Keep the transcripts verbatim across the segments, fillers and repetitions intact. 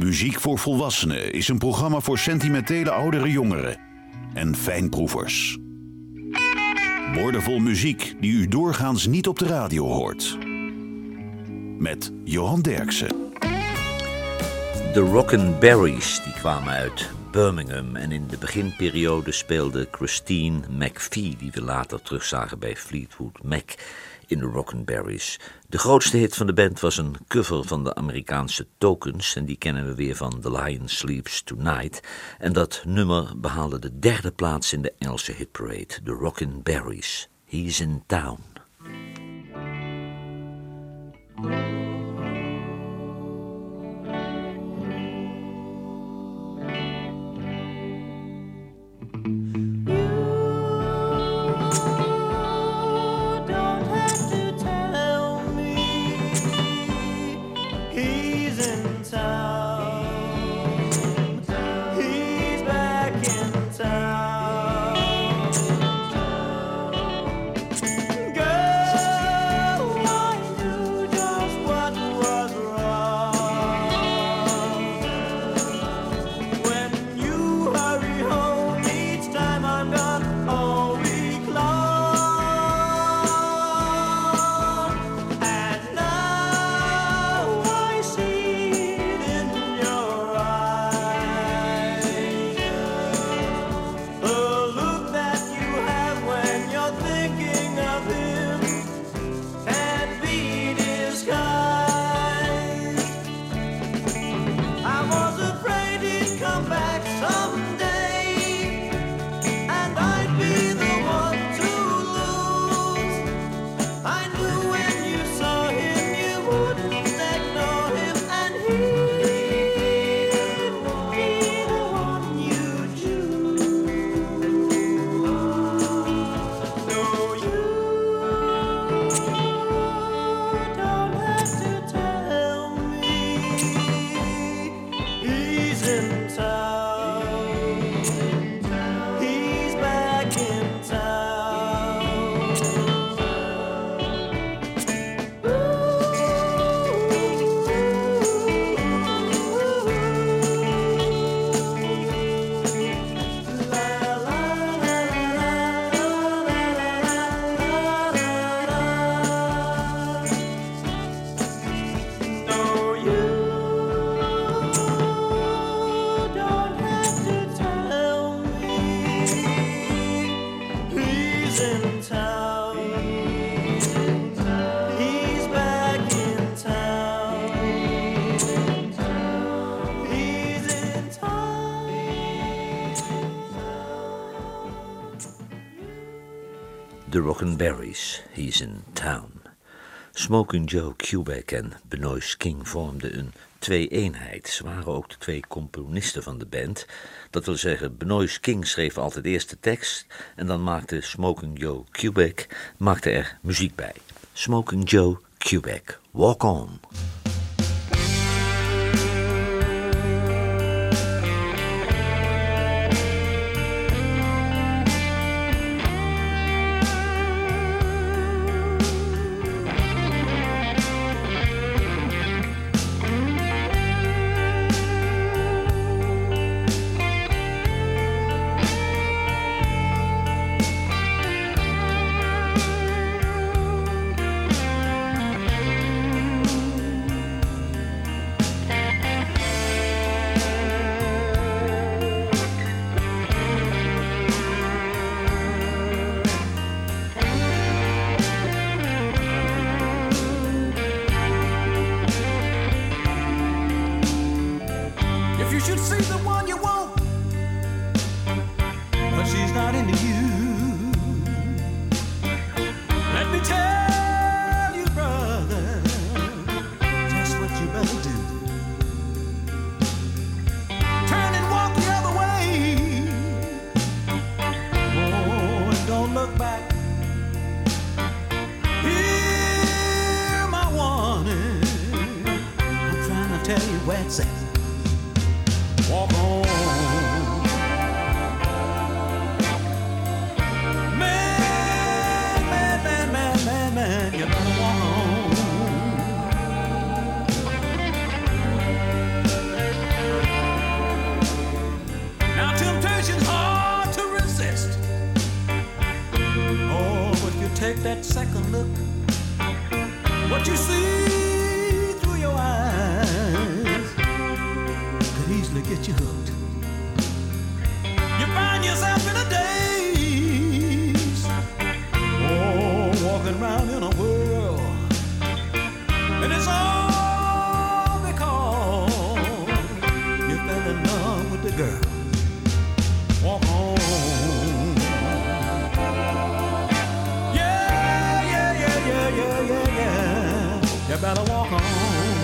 Muziek voor Volwassenen is een programma voor sentimentele oudere jongeren en fijnproevers. Woordenvol muziek die u doorgaans niet op de radio hoort. Met Johan Derksen. De Rockenberries die kwamen uit Birmingham en in de beginperiode speelde Christine McVie, die we later terugzagen bij Fleetwood Mac, in de Rockenberries. De grootste hit van de band was een cover van de Amerikaanse Tokens en die kennen we weer van The Lion Sleeps Tonight. En dat nummer behaalde de derde plaats in de Engelse hitparade, de Rockenberries. He's in Town. The Rockenberries, He's in Town. Smoking Joe Kubek en Benoist King vormden een twee-eenheid. Ze waren ook de twee componisten van de band. Dat wil zeggen, Benoist King schreef altijd eerst de tekst en dan maakte Smoking Joe Kubek maakte er muziek bij. Smoking Joe Kubek, Walk On. Walk on. You better walk on.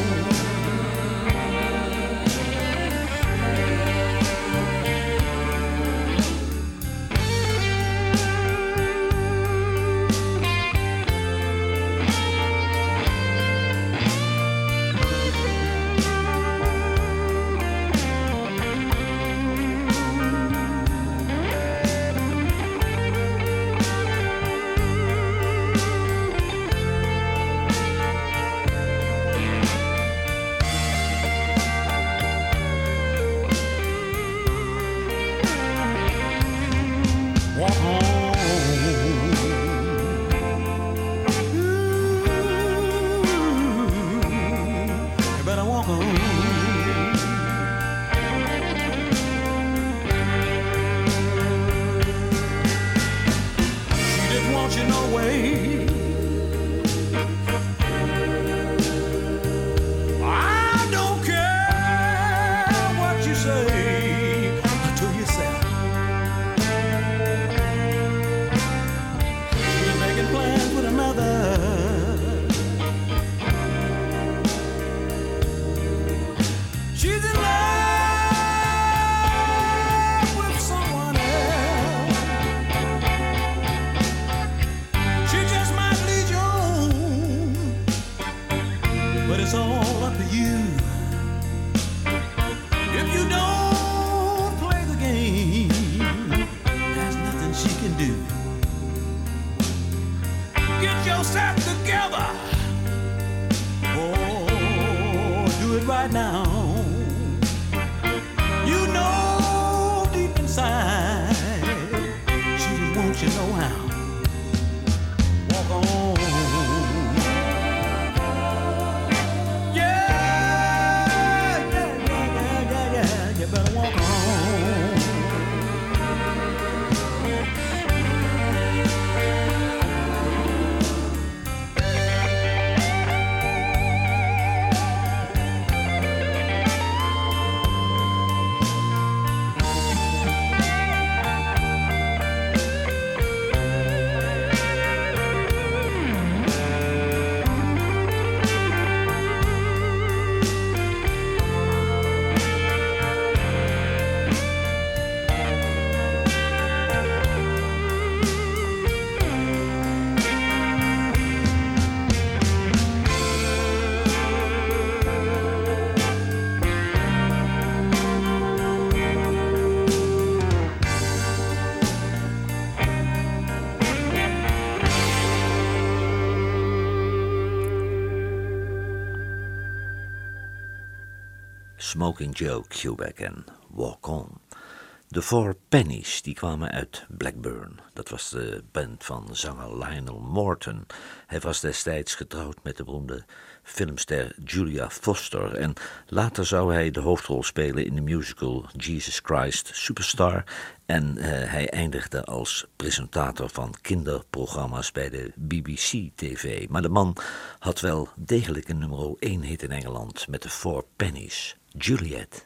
Smoking Joe Kubek en Walk On. De Four Pennies die kwamen uit Blackburn. Dat was de band van zanger Lionel Morton. Hij was destijds getrouwd met de beroemde filmster Julia Foster en later zou hij de hoofdrol spelen in de musical Jesus Christ Superstar en uh, hij eindigde als presentator van kinderprogramma's bij de B B C T V. Maar de man had wel degelijk een nummer één hit in Engeland met de Four Pennies, Juliet.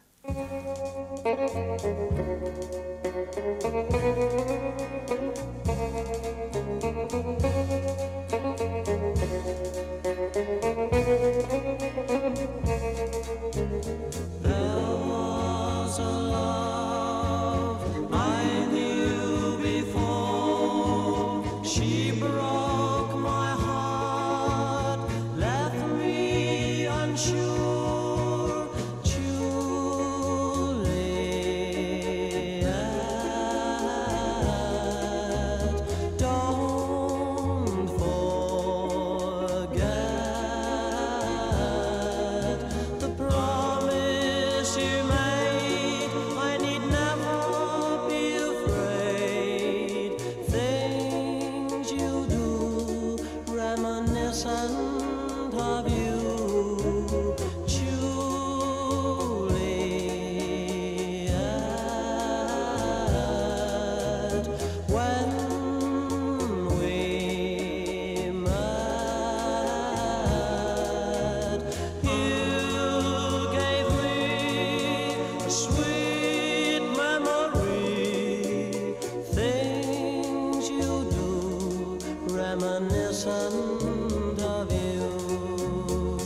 Reminiscent of you.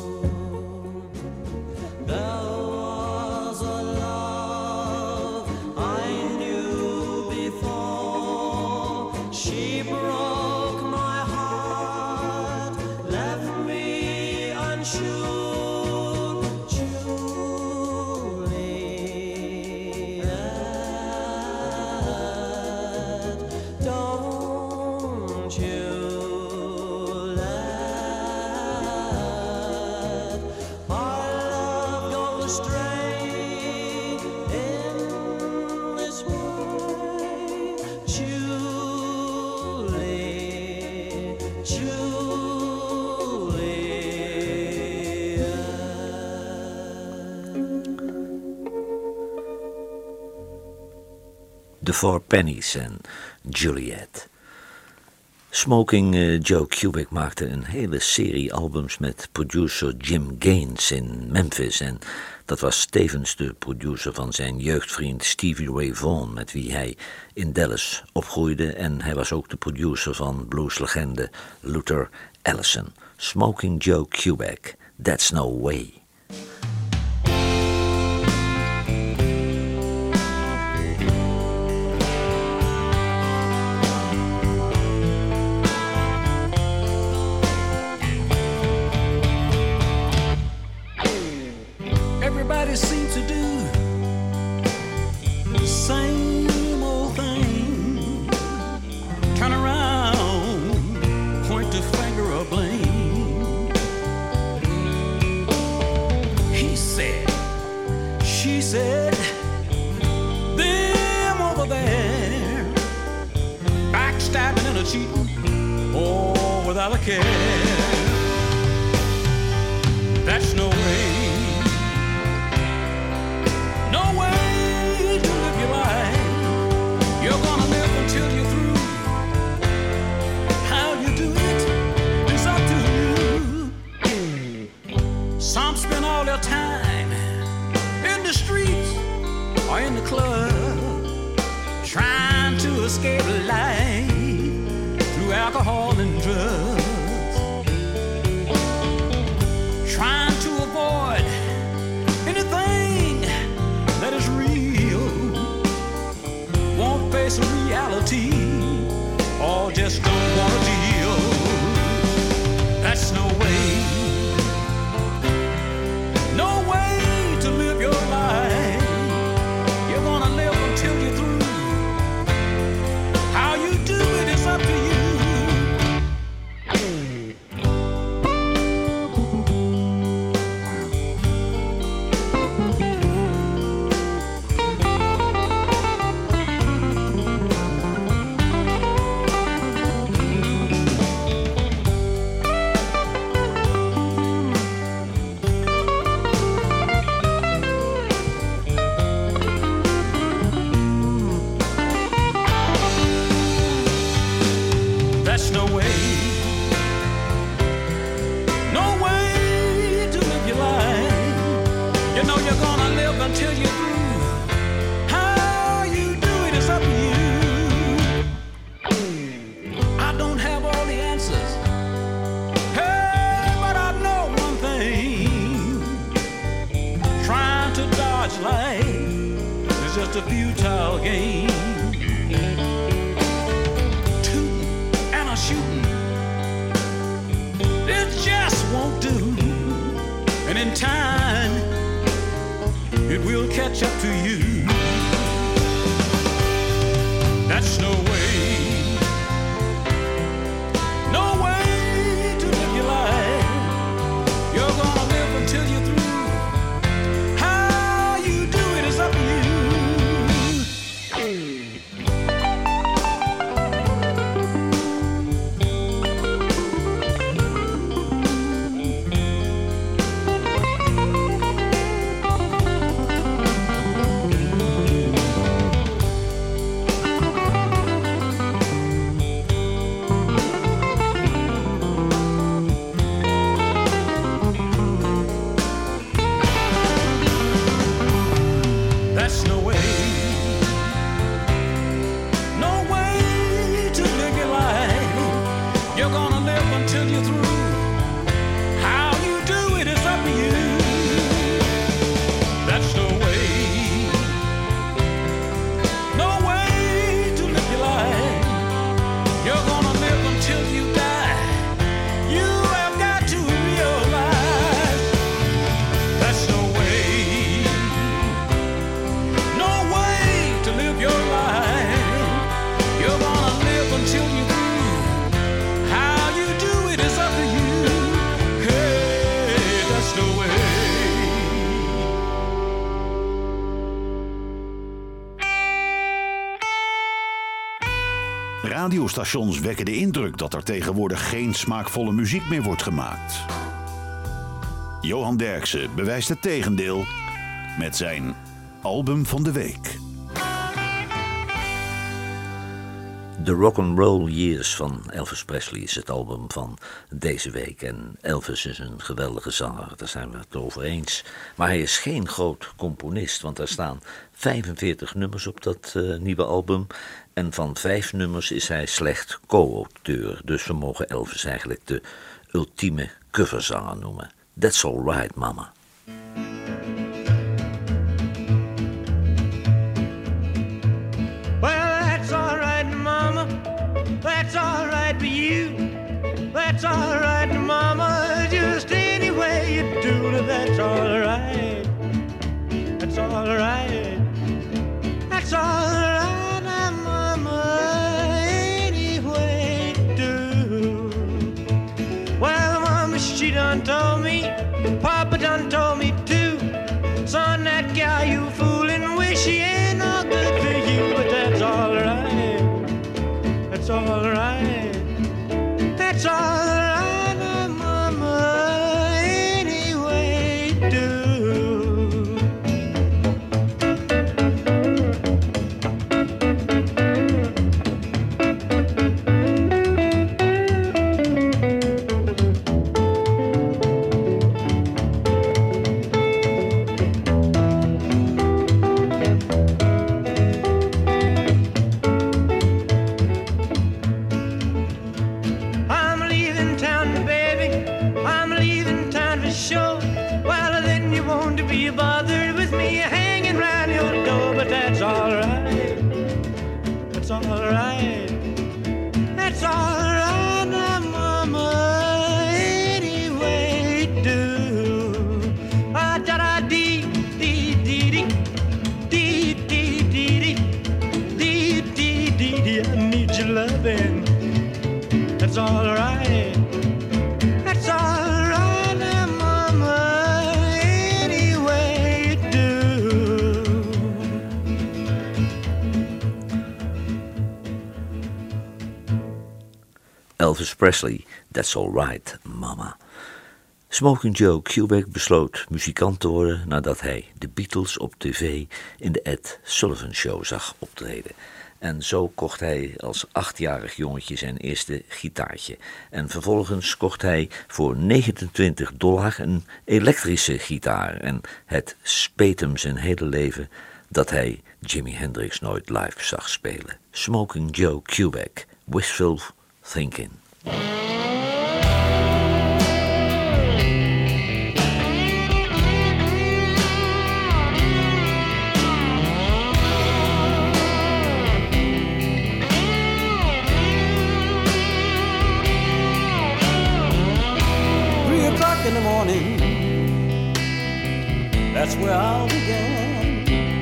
The Four Pennies en Juliet. Smoking uh, Joe Kubek maakte een hele serie albums met producer Jim Gaines in Memphis. En dat was tevens de producer van zijn jeugdvriend Stevie Ray Vaughan, met wie hij in Dallas opgroeide. En hij was ook de producer van blueslegende Luther Allison. Smoking Joe Kubek, That's No Way. Everybody seems to do the same old thing. Turn around, point the finger of blame. He said, she said, them over there, backstabbing and a cheating, oh, without a care. That's no way. No way to live your life. You're gonna live until you're through. How you do it is up to you. Some spend all their time in the streets or in the club, trying to escape life through alcohol and drugs, trying to avoid anything that is real, won't face reality, or just don't want to deal. That's no way, no way to live your life. You're gonna live until you're through. How you do it is up to you. That's no way, no way to live your life. You know you're gonna live until you're through. How you do it is up to you. I don't have all the answers, hey, but I know one thing. Trying to dodge life is just a futile game. Shooting, it just won't do, and in time it will catch up to you. That's no way, no way to live your life. You're gonna live until you're through. How you do it is up to you. radiostations wekken de indruk dat er tegenwoordig geen smaakvolle muziek meer wordt gemaakt. Johan Derksen bewijst het tegendeel met zijn album van de week. The Rock'n'Roll Years van Elvis Presley is het album van deze week. En Elvis is een geweldige zanger, daar zijn we het over eens. Maar hij is geen groot componist, want er staan vijfenveertig nummers op dat uh, nieuwe album. En van vijf nummers is hij slecht co-auteur. Dus we mogen Elvis eigenlijk de ultieme coverzanger noemen. That's All Right, Mama. That's all right for you. That's all right, Mama. Just any way you do it, that's all right. That's all right. That's all right, Mama. Any way you do. Well, Mama, she done told me. Papa done told me too. Son, that gal you fooling with, she ain't no good for you, but that's all right. That's all right. That's all right, Mama. Any way you do. That's all right. That's all right, Mama. Any way you do. Elvis Presley, That's All Right, Mama. Smoking Joe Kubek besloot muzikant te worden nadat hij de Beatles op tv in de Ed Sullivan Show zag optreden. En zo kocht hij als achtjarig jongetje zijn eerste gitaartje. En vervolgens kocht hij voor negenentwintig dollar een elektrische gitaar. En het speet hem zijn hele leven dat hij Jimi Hendrix nooit live zag spelen. Smoking Joe Kubek, Wishful Thinking. In the morning, that's where I'll begin.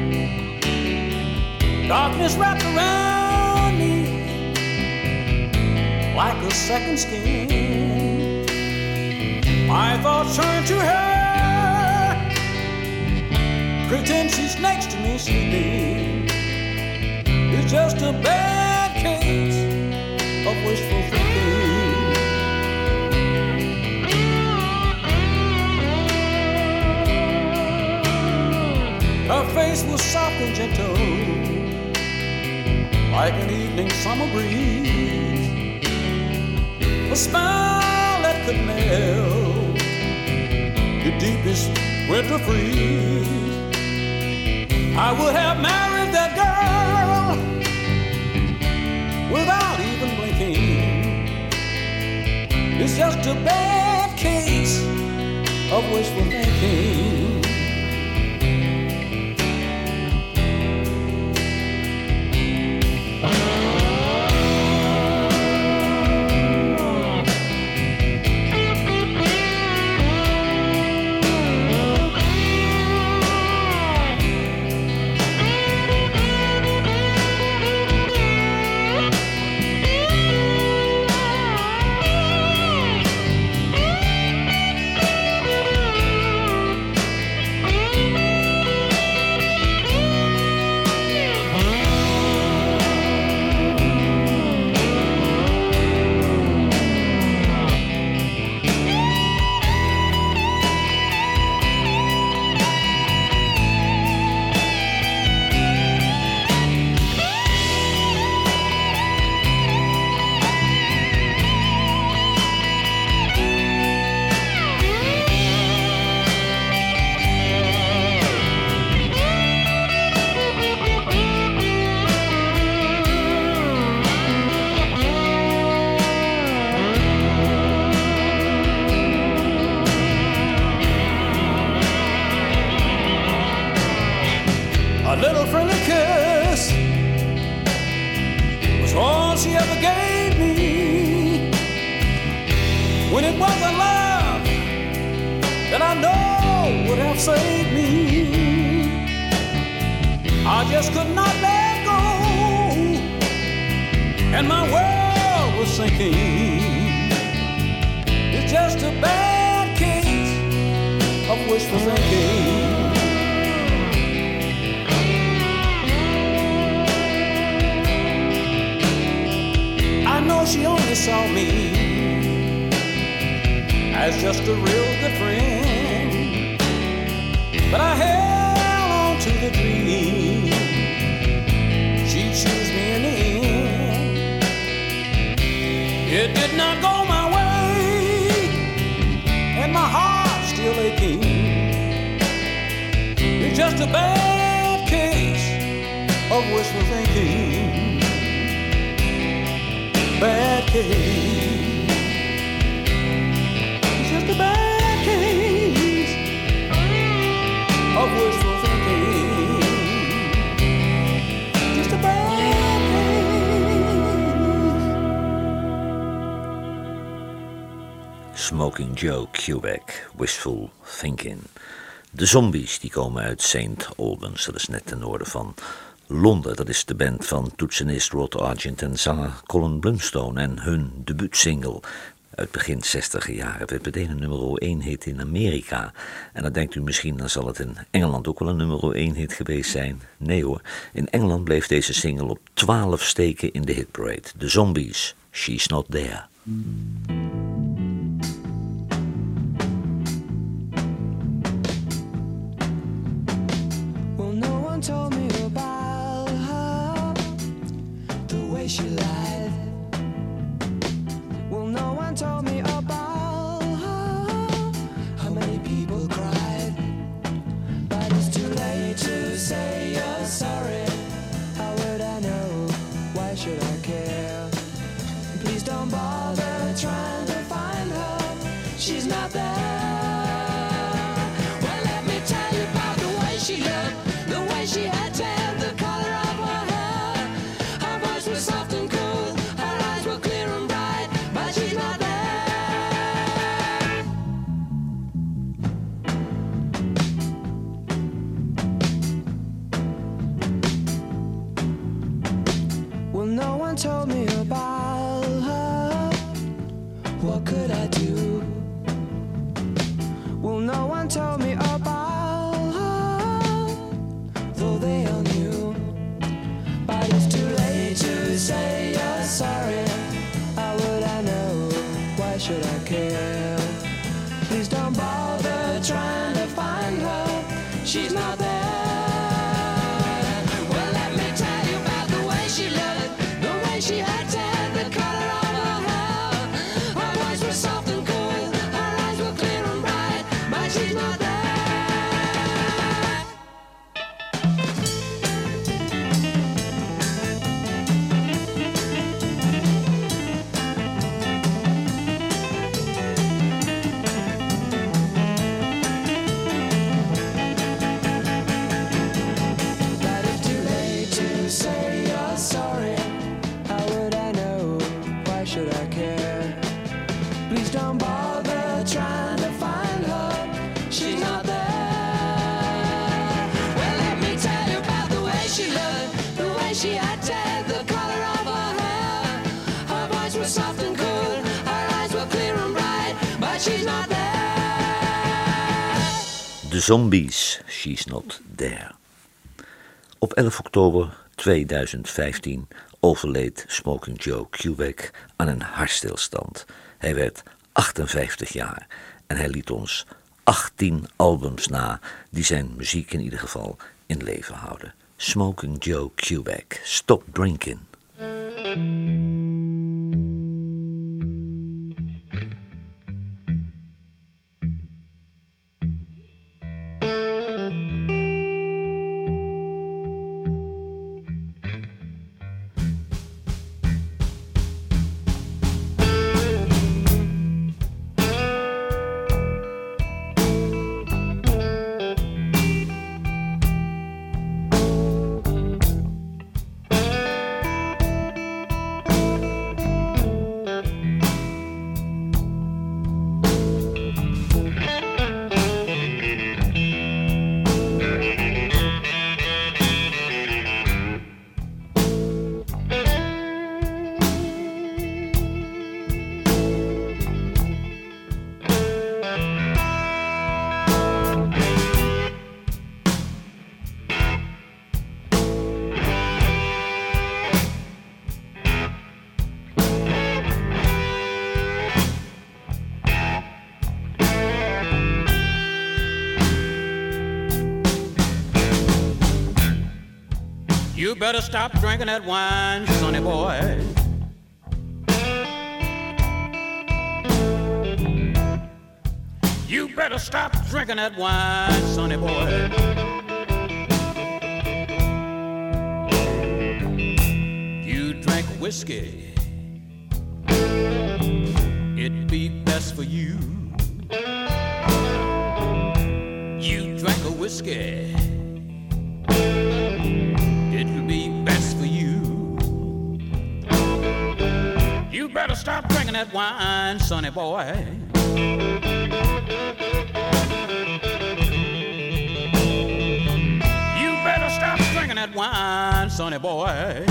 Darkness wrapped around me like a second skin. My thoughts turn to her, pretend she's next to me sleeping. It's just a bad case of wishful thinking. Her face was soft and gentle, like an evening summer breeze. A smile that could melt the deepest winter freeze. I would have married that girl without even blinking. It's just a bad case of wishful thinking. little friendly kiss was all she ever gave me. When it wasn't love that I know would have saved me, I just could not let go, and my world was sinking. It's just a bad case of wishful thinking. I know she only saw me as just a real good friend, but I held on to the dream she'd choose me in the end. It did not go my way, and my heart's still aching. It's just a bad case of wishful thinking. Bad case. It's just a bad case of wishful thinking. Just a bad case. Smoking Joe Kubek, Wishful Thinking. De Zombies die komen uit Saint Albans, dat is net ten noorden van Londen. Dat is de band van toetsenist Rod Argent en zanger Colin Blunstone. En hun debuutsingle uit begin zestiger jaren werd meteen een nummer één hit in Amerika. En dan denkt u misschien, dan zal het in Engeland ook wel een nummer één hit geweest zijn. Nee hoor, in Engeland bleef deze single op twaalf steken in de hitparade. De Zombies, She's Not There. Told me about her, the way she lied. Well, no one told me about her, how many people cried. But it's too late to say you're sorry. How would I know? Why should I care? Please don't bother trying to find her. She's not there. Well, let me tell you about the way she looked. She had tan, the color of her hair. Her voice was soft and cool, her eyes were clear and bright, but she's not there. Well, no one told me about her. What could I do? Well, no one told me about they all knew, but it's too late to say you're sorry. How would I know? Why should I care? Please don't bother trying to find her. She's not there. Well, let me tell you about the way she looked, the way she had tan, the color of her hair. Her voice was soft and cool, her eyes were clear and bright, but she's not there. De Zombies, She's Not There. Op elf oktober tweeduizend vijftien overleed Smoking Joe Kubek aan een hartstilstand. Hij werd achtenvijftig jaar en hij liet ons achttien albums na die zijn muziek in ieder geval in leven houden. Smoking Joe Kubek, Stop Drinking. You better stop drinking that wine, sonny boy. You better stop drinking that wine, sonny boy. You drink whiskey, it'd be best for you. You drink a whiskey, it'll be best for you. You better stop drinking that wine, sonny boy. You better stop drinking that wine, sonny boy.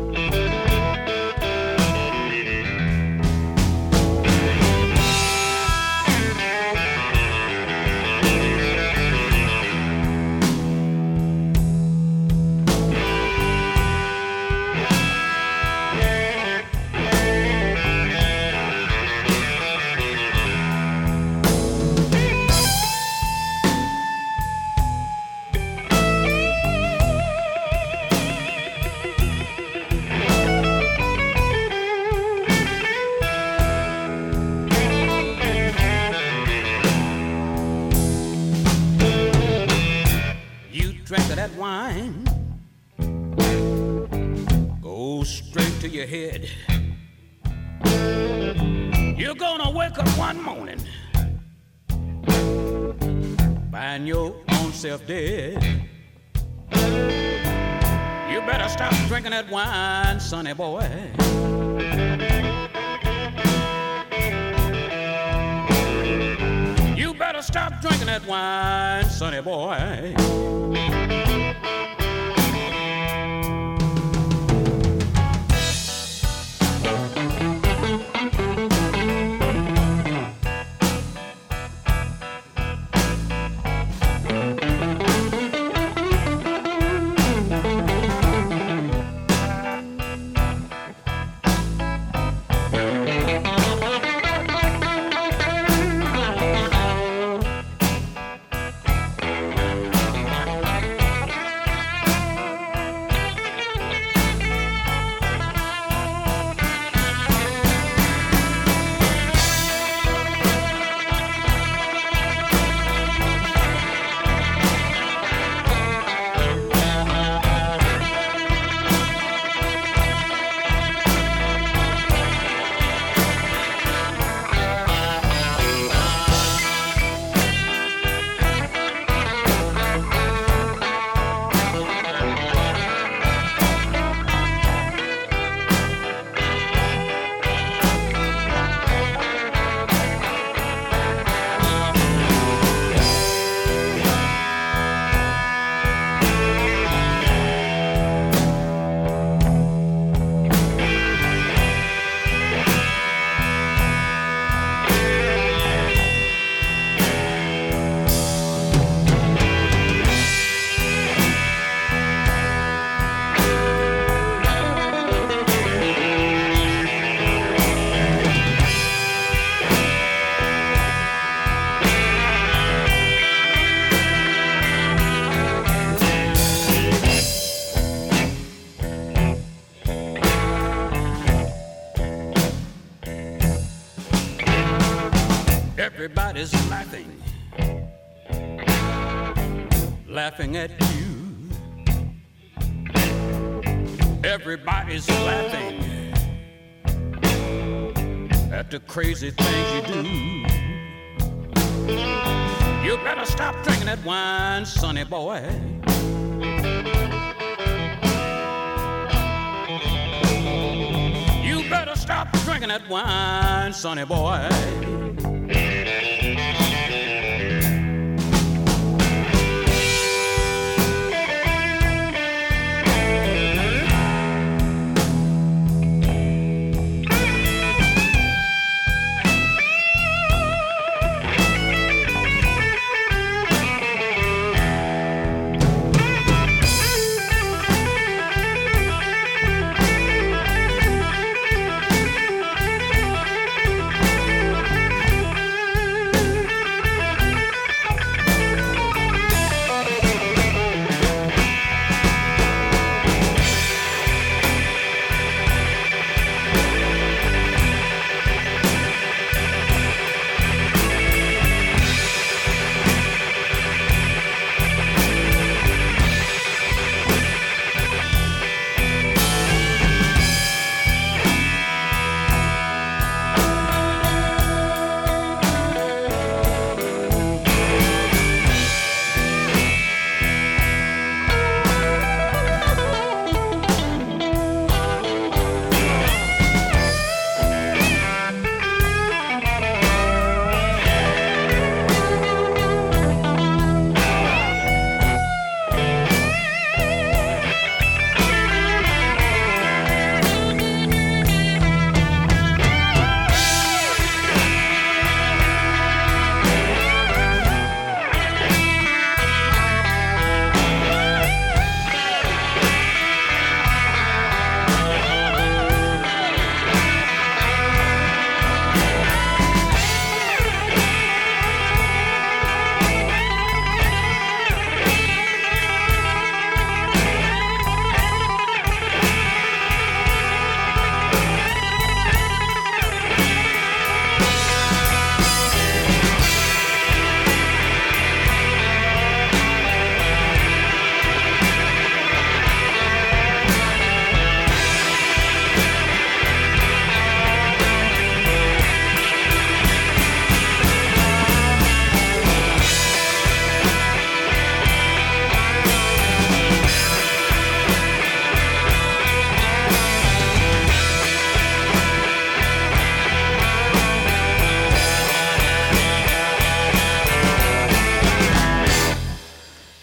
Drink of that wine, go straight to your head. You're gonna wake up one morning, find your own self dead. You better stop drinking that wine, sonny boy. You better stop drinking that wine, sonny boy. Everybody's laughing, laughing at you. Everybody's laughing at the crazy things you do. You better stop drinking that wine, sonny boy. You better stop drinking that wine, sonny boy.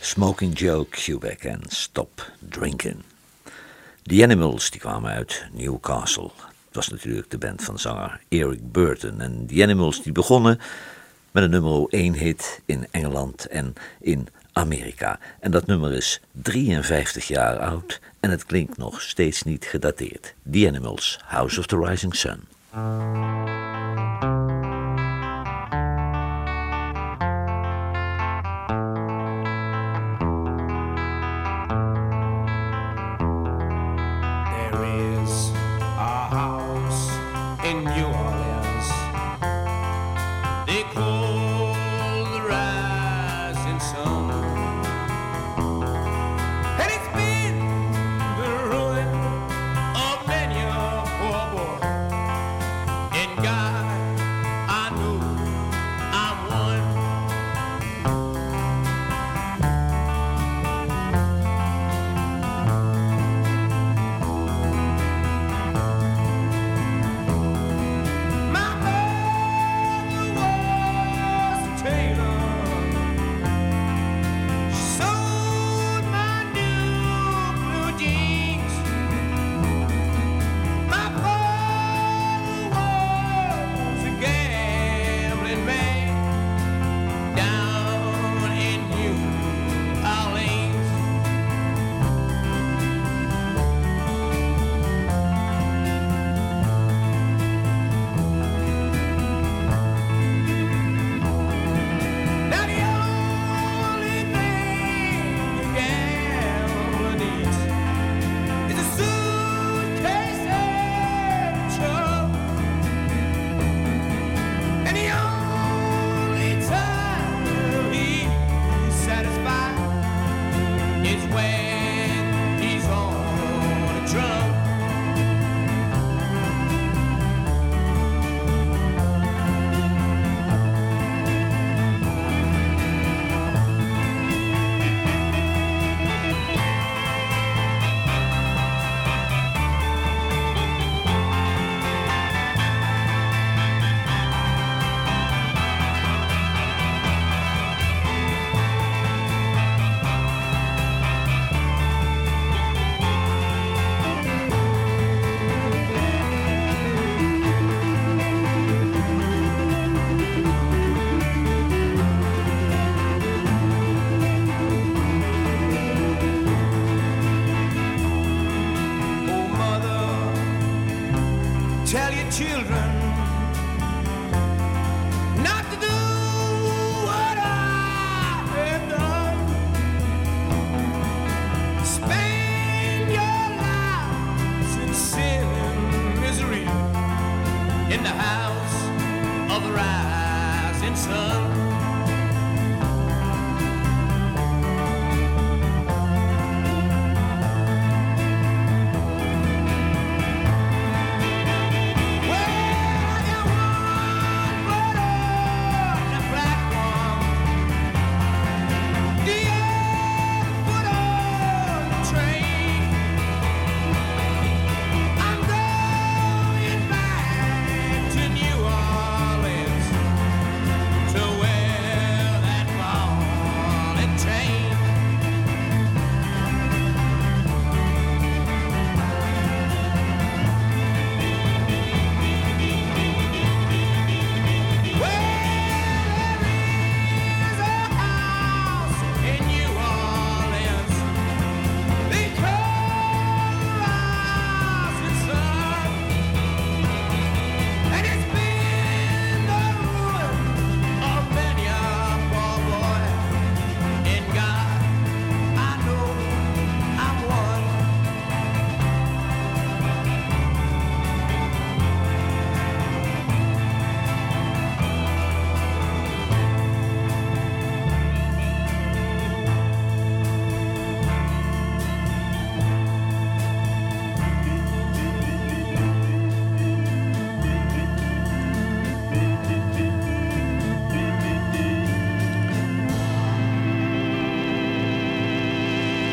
Smoking Joe Kubek en Stop Drinkin'. The Animals die kwamen uit Newcastle. Het was natuurlijk de band van zanger Eric Burton. En The Animals die begonnen met een nummer één hit in Engeland en in Amerika. En dat nummer is drieënvijftig jaar oud en het klinkt nog steeds niet gedateerd. The Animals, House of the Rising Sun. Tell your children not to do what I have done. Spend your lives in sin and misery in the house of the rising sun.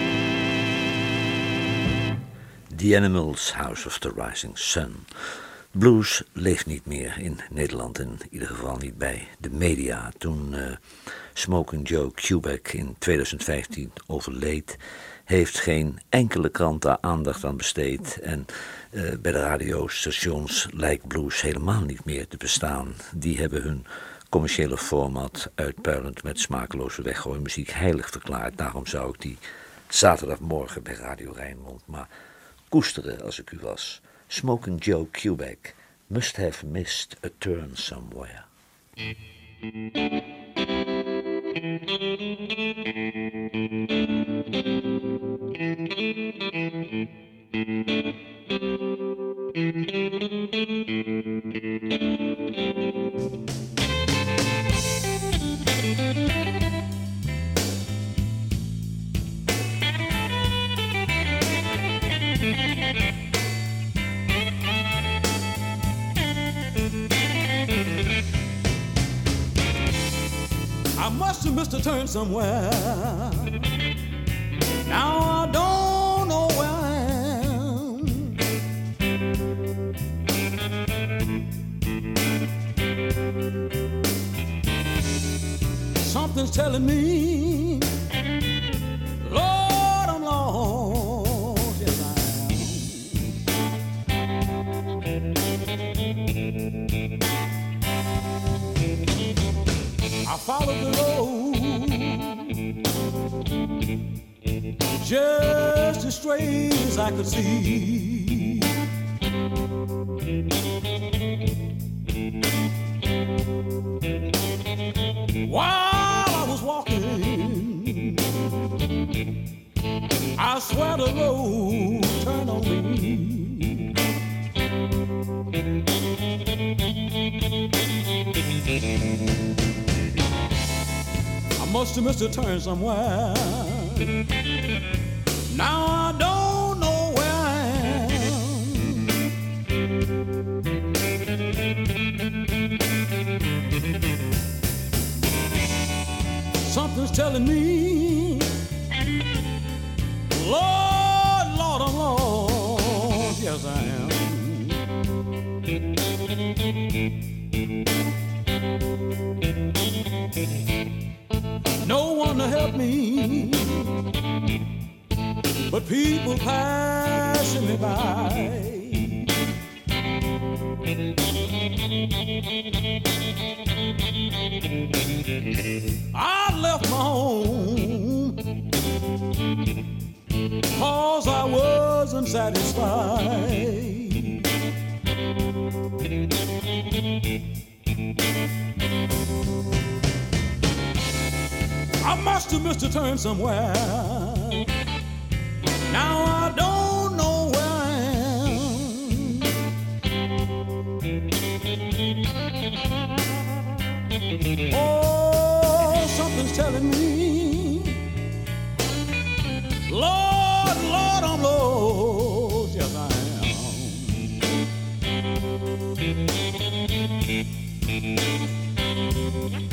The Animals, House of the Rising Sun. Blues leeft niet meer in Nederland, in ieder geval niet bij de media. Toen uh, Smoking Joe Kubek in twintig vijftien overleed, heeft geen enkele krant daar aandacht aan besteed. En uh, bij de radiostations lijkt blues helemaal niet meer te bestaan. Die hebben hun commerciële format uitpuilend met smakeloze weggooimuziek heilig verklaard. Daarom zou ik die zaterdagmorgen bij Radio Rijnmond maar koesteren als ik u was. Smoking Joe Kubek must have missed a turn somewhere. I must have missed a turn somewhere. Now I don't know where I am. Something's telling me, Lord, I'm lost. Yes, I I followed the road just as straight as I could see. While I was walking, I swear the road turned on me. I must have missed a turn somewhere. Now I don't know where I am. Something's telling me, Lord, Lord, I'm lost. Yes, I am. No one to help me, but people passing me by. I left my home 'cause I wasn't satisfied. I must have missed a turn somewhere. Now I don't know where I am. Oh, something's telling me, Lord, Lord, I'm lost. Yes, I am.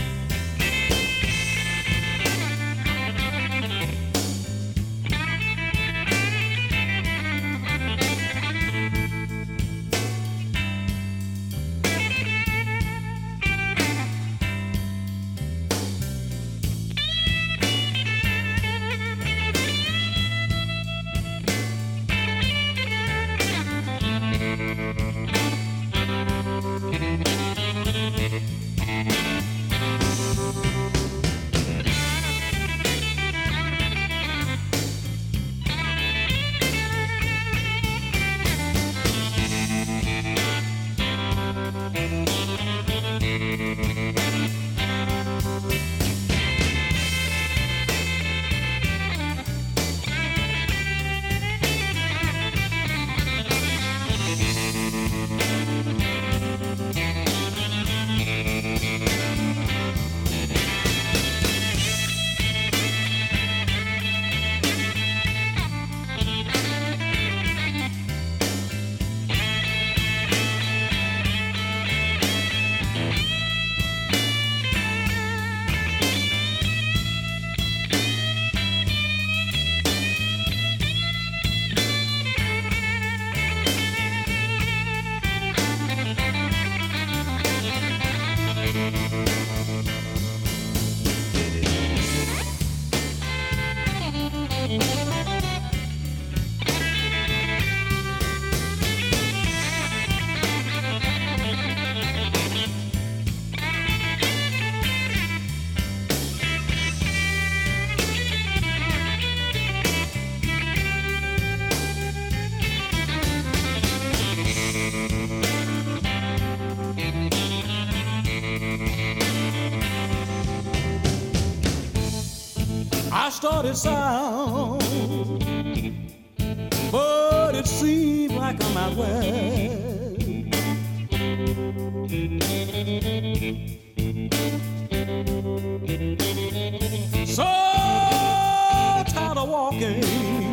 I started sound, but it seems like I'm out west. So tired of walking,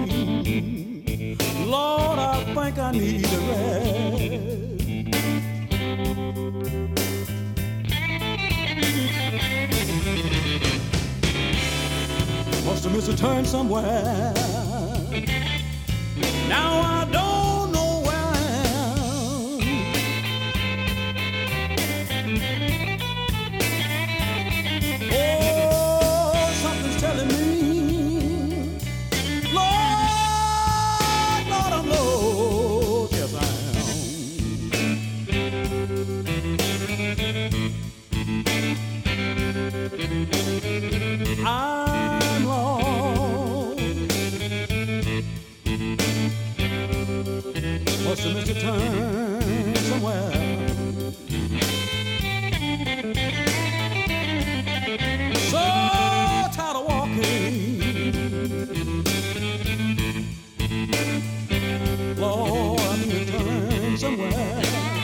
Lord, I think I need a rest. Must have missed a turn somewhere. Now I don't know where I am. Oh, something's telling me, Lord, Lord, I'm lost. Yes, I am. I'm lost. Must have missed a turn somewhere. So tired of walking, Lord, I need to turn somewhere.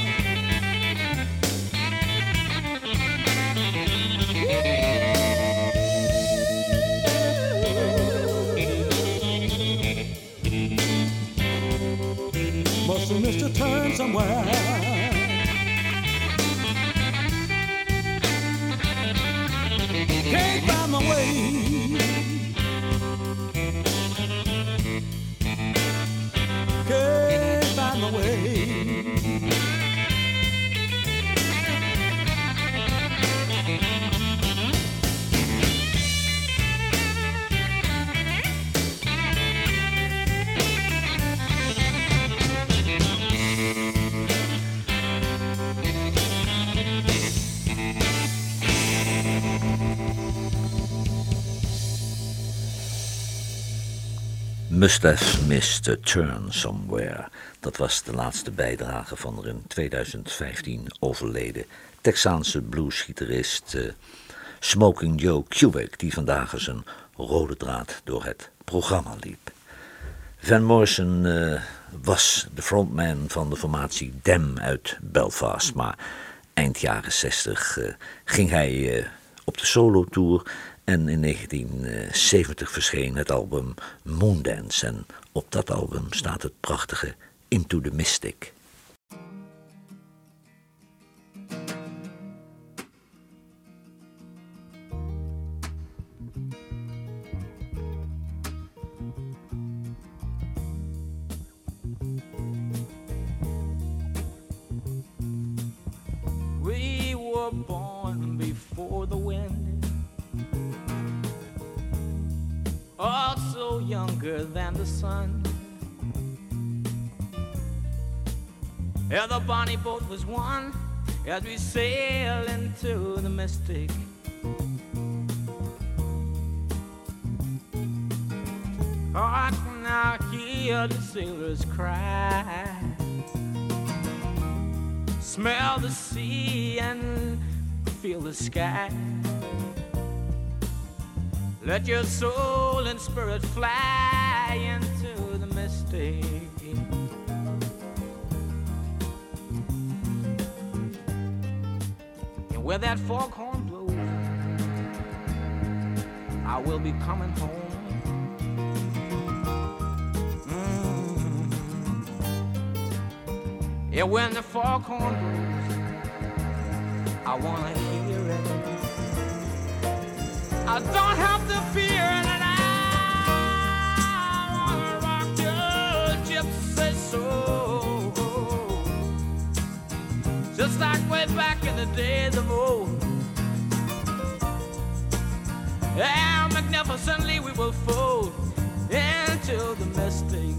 Must have missed a turn somewhere. Can't find my way. Can't find my way. Must Have Missed a Turn Somewhere. Dat was de laatste bijdrage van de in tweeduizend vijftien overleden Texaanse bluesgitarist uh, Smoking Joe Kubek, die vandaag als een rode draad door het programma liep. Van Morrison uh, was de frontman van de formatie Them uit Belfast, maar eind jaren zestig uh, ging hij uh, op de solo-tour. En in negentien zeventig verscheen het album Moondance. En op dat album staat het prachtige Into the Mystic. We were born before the wind, also younger than the sun. Yeah, the bonnie boat was one as we sail into the mystic. Oh, I can now hear the sailors cry, smell the sea and feel the sky. Let your soul and spirit fly into the mystic. And where that foghorn blows, I will be coming home. Mm. Yeah, when the foghorn blows, I wanna hear it. I don't have to fear that I wanna rock your gypsy soul, just like way back in the days of old. And magnificently we will fold into the mystic.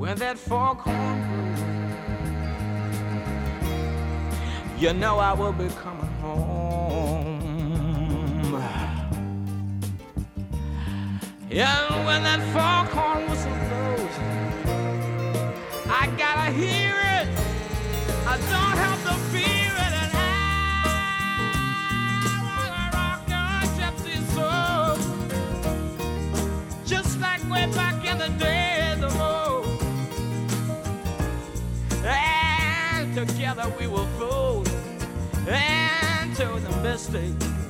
when that foghorn blows, you know I will be coming home. And when that foghorn whistle blows, I gotta hear it, I don't have to fear it, and I wanna rock your gypsy soul, just like way back in the days of old. And together we will float into the mystic